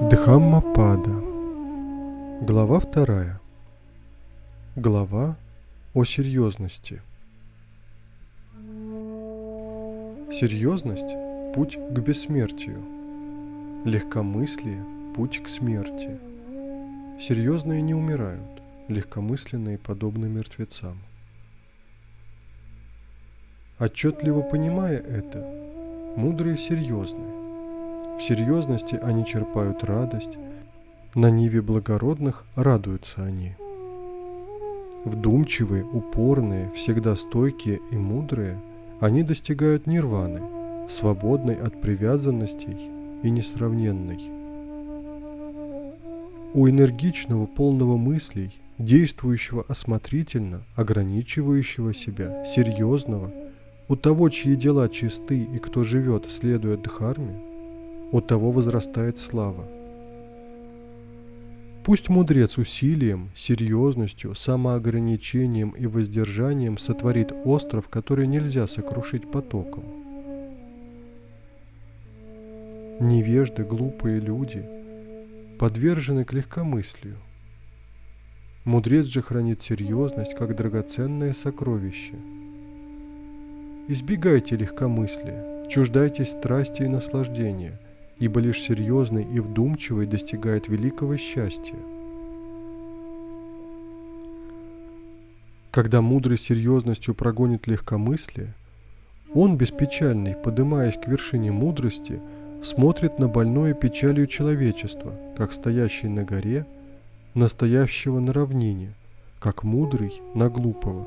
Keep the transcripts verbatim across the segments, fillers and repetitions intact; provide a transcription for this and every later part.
Дхаммапада. Глава вторая. Глава о серьезности. Серьезность – путь к бессмертию. Легкомыслие – путь к смерти. Серьезные не умирают, легкомысленные подобны мертвецам. Отчетливо понимая это, мудрые серьезны. В серьезности они черпают радость, на ниве благородных радуются они. Вдумчивые, упорные, всегда стойкие и мудрые, они достигают нирваны, свободной от привязанностей и несравненной. У энергичного, полного мыслей, действующего осмотрительно, ограничивающего себя, серьезного, у того, чьи дела чисты и кто живет, следуя дхарме, у того возрастает слава. Пусть мудрец усилием, серьезностью, самоограничением и воздержанием сотворит остров, который нельзя сокрушить потоком. Невежды, глупые люди подвержены к легкомыслию. Мудрец же хранит серьезность как драгоценное сокровище. Избегайте легкомыслия, чуждайтесь страсти и наслаждения, ибо лишь серьезный и вдумчивый достигает великого счастья. Когда мудрый серьезностью прогонит легкомыслие, он, беспечальный, подымаясь к вершине мудрости, смотрит на больное печалью человечества, как стоящий на горе, настоящего на равнине, как мудрый на глупого.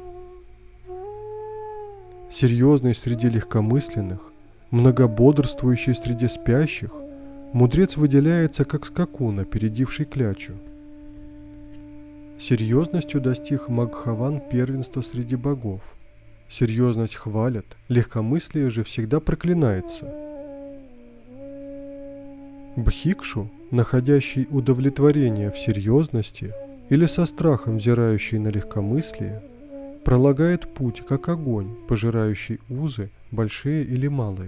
Серьезный среди легкомысленных, многободрствующий среди спящих, мудрец выделяется как скакун, опередивший клячу. Серьезностью достиг Магхаван первенства среди богов. Серьезность хвалят, легкомыслие же всегда проклинается. Бхикшу, находящий удовлетворение в серьезности или со страхом взирающий на легкомыслие, пролагает путь, как огонь, пожирающий узы, большие или малые.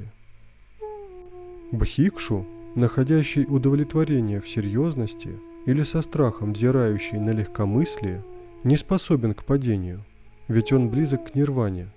Бхикшу, находящий удовлетворение в серьезности или со страхом взирающий на легкомыслие, не способен к падению, ведь он близок к нирване,